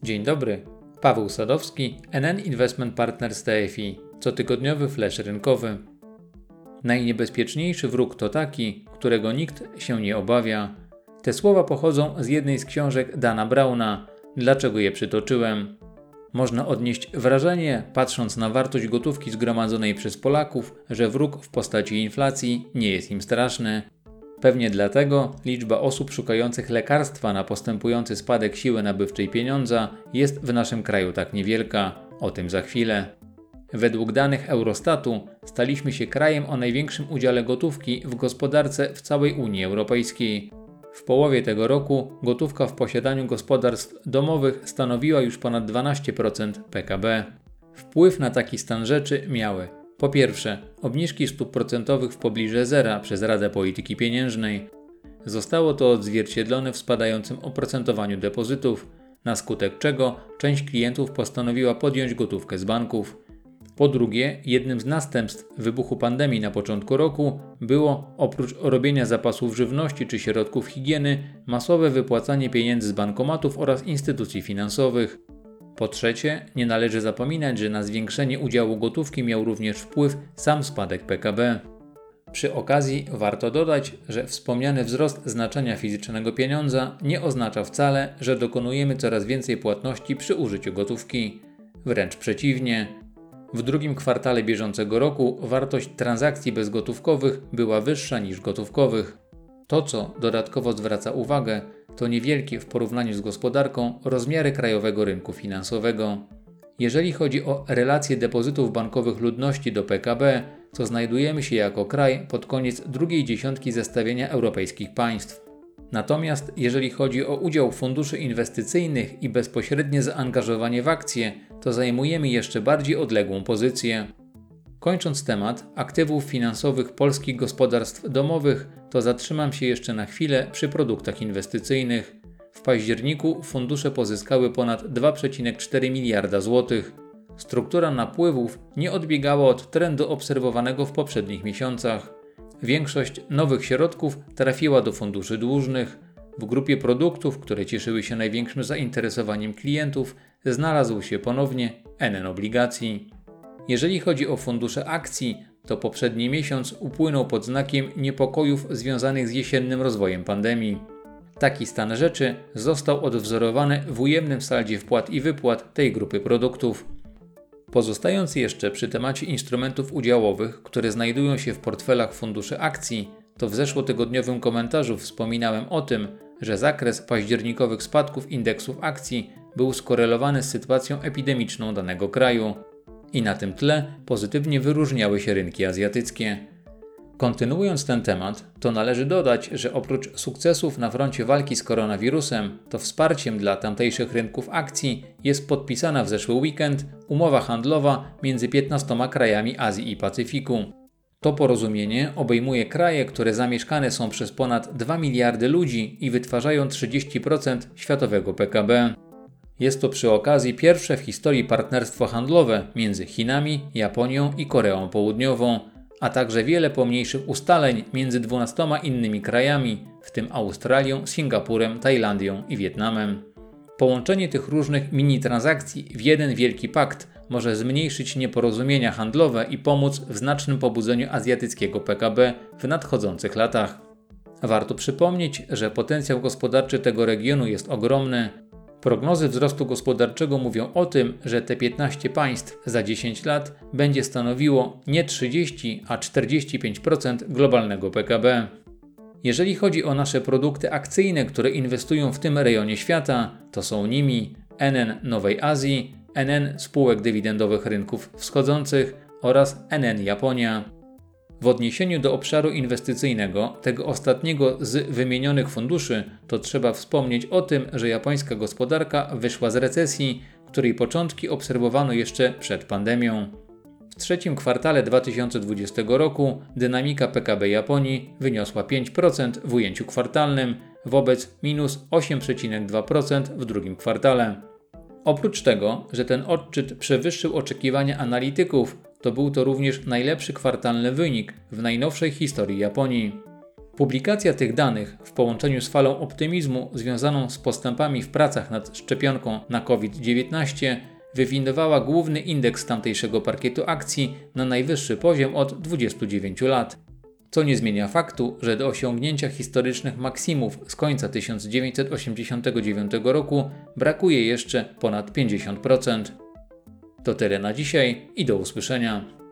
Dzień dobry, Paweł Sadowski, NN Investment Partners TFI, cotygodniowy flash rynkowy. Najniebezpieczniejszy wróg to taki, którego nikt się nie obawia. Te słowa pochodzą z jednej z książek Dana Browna. Dlaczego je przytoczyłem? Można odnieść wrażenie, patrząc na wartość gotówki zgromadzonej przez Polaków, że wróg w postaci inflacji nie jest im straszny. Pewnie dlatego liczba osób szukających lekarstwa na postępujący spadek siły nabywczej pieniądza jest w naszym kraju tak niewielka. O tym za chwilę. Według danych Eurostatu staliśmy się krajem o największym udziale gotówki w gospodarce w całej Unii Europejskiej. W połowie tego roku gotówka w posiadaniu gospodarstw domowych stanowiła już ponad 12% PKB. Wpływ na taki stan rzeczy miały: po pierwsze, obniżki stóp procentowych w pobliżu zera przez Radę Polityki Pieniężnej. Zostało to odzwierciedlone w spadającym oprocentowaniu depozytów, na skutek czego część klientów postanowiła podjąć gotówkę z banków. Po drugie, jednym z następstw wybuchu pandemii na początku roku było, oprócz robienia zapasów żywności czy środków higieny, masowe wypłacanie pieniędzy z bankomatów oraz instytucji finansowych. Po trzecie, nie należy zapominać, że na zwiększenie udziału gotówki miał również wpływ sam spadek PKB. Przy okazji warto dodać, że wspomniany wzrost znaczenia fizycznego pieniądza nie oznacza wcale, że dokonujemy coraz więcej płatności przy użyciu gotówki. Wręcz przeciwnie. W drugim kwartale bieżącego roku wartość transakcji bezgotówkowych była wyższa niż gotówkowych. To, co dodatkowo zwraca uwagę, to niewielkie w porównaniu z gospodarką rozmiary krajowego rynku finansowego. Jeżeli chodzi o relację depozytów bankowych ludności do PKB, to znajdujemy się jako kraj pod koniec drugiej dziesiątki zestawienia europejskich państw. Natomiast jeżeli chodzi o udział funduszy inwestycyjnych i bezpośrednie zaangażowanie w akcje, to zajmujemy jeszcze bardziej odległą pozycję. Kończąc temat aktywów finansowych polskich gospodarstw domowych, to zatrzymam się jeszcze na chwilę przy produktach inwestycyjnych. W październiku fundusze pozyskały ponad 2,4 miliarda złotych. Struktura napływów nie odbiegała od trendu obserwowanego w poprzednich miesiącach. Większość nowych środków trafiła do funduszy dłużnych. W grupie produktów, które cieszyły się największym zainteresowaniem klientów, znalazł się ponownie NN Obligacji. Jeżeli chodzi o fundusze akcji, to poprzedni miesiąc upłynął pod znakiem niepokojów związanych z jesiennym rozwojem pandemii. Taki stan rzeczy został odwzorowany w ujemnym saldzie wpłat i wypłat tej grupy produktów. Pozostając jeszcze przy temacie instrumentów udziałowych, które znajdują się w portfelach funduszy akcji, to w zeszłotygodniowym komentarzu wspominałem o tym, że zakres październikowych spadków indeksów akcji był skorelowany z sytuacją epidemiczną danego kraju. I na tym tle pozytywnie wyróżniały się rynki azjatyckie. Kontynuując ten temat, to należy dodać, że oprócz sukcesów na froncie walki z koronawirusem, to wsparciem dla tamtejszych rynków akcji jest podpisana w zeszły weekend umowa handlowa między 15 krajami Azji i Pacyfiku. To porozumienie obejmuje kraje, które zamieszkane są przez ponad 2 miliardy ludzi i wytwarzają 30% światowego PKB. Jest to przy okazji pierwsze w historii partnerstwo handlowe między Chinami, Japonią i Koreą Południową, a także wiele pomniejszych ustaleń między 12 innymi krajami, w tym Australią, Singapurem, Tajlandią i Wietnamem. Połączenie tych różnych mini-transakcji w jeden wielki pakt może zmniejszyć nieporozumienia handlowe i pomóc w znacznym pobudzeniu azjatyckiego PKB w nadchodzących latach. Warto przypomnieć, że potencjał gospodarczy tego regionu jest ogromny. Prognozy wzrostu gospodarczego mówią o tym, że te 15 państw za 10 lat będzie stanowiło nie 30, a 45% globalnego PKB. Jeżeli chodzi o nasze produkty akcyjne, które inwestują w tym rejonie świata, to są nimi NN Nowej Azji, NN Spółek Dywidendowych Rynków Wschodzących oraz NN Japonia. W odniesieniu do obszaru inwestycyjnego, tego ostatniego z wymienionych funduszy, to trzeba wspomnieć o tym, że japońska gospodarka wyszła z recesji, której początki obserwowano jeszcze przed pandemią. W trzecim kwartale 2020 roku dynamika PKB Japonii wyniosła 5% w ujęciu kwartalnym, wobec minus 8,2% w drugim kwartale. Oprócz tego, że ten odczyt przewyższył oczekiwania analityków, to był to również najlepszy kwartalny wynik w najnowszej historii Japonii. Publikacja tych danych w połączeniu z falą optymizmu związaną z postępami w pracach nad szczepionką na COVID-19 wywindowała główny indeks tamtejszego parkietu akcji na najwyższy poziom od 29 lat. Co nie zmienia faktu, że do osiągnięcia historycznych maksimów z końca 1989 roku brakuje jeszcze ponad 50%. To tyle na dzisiaj i do usłyszenia.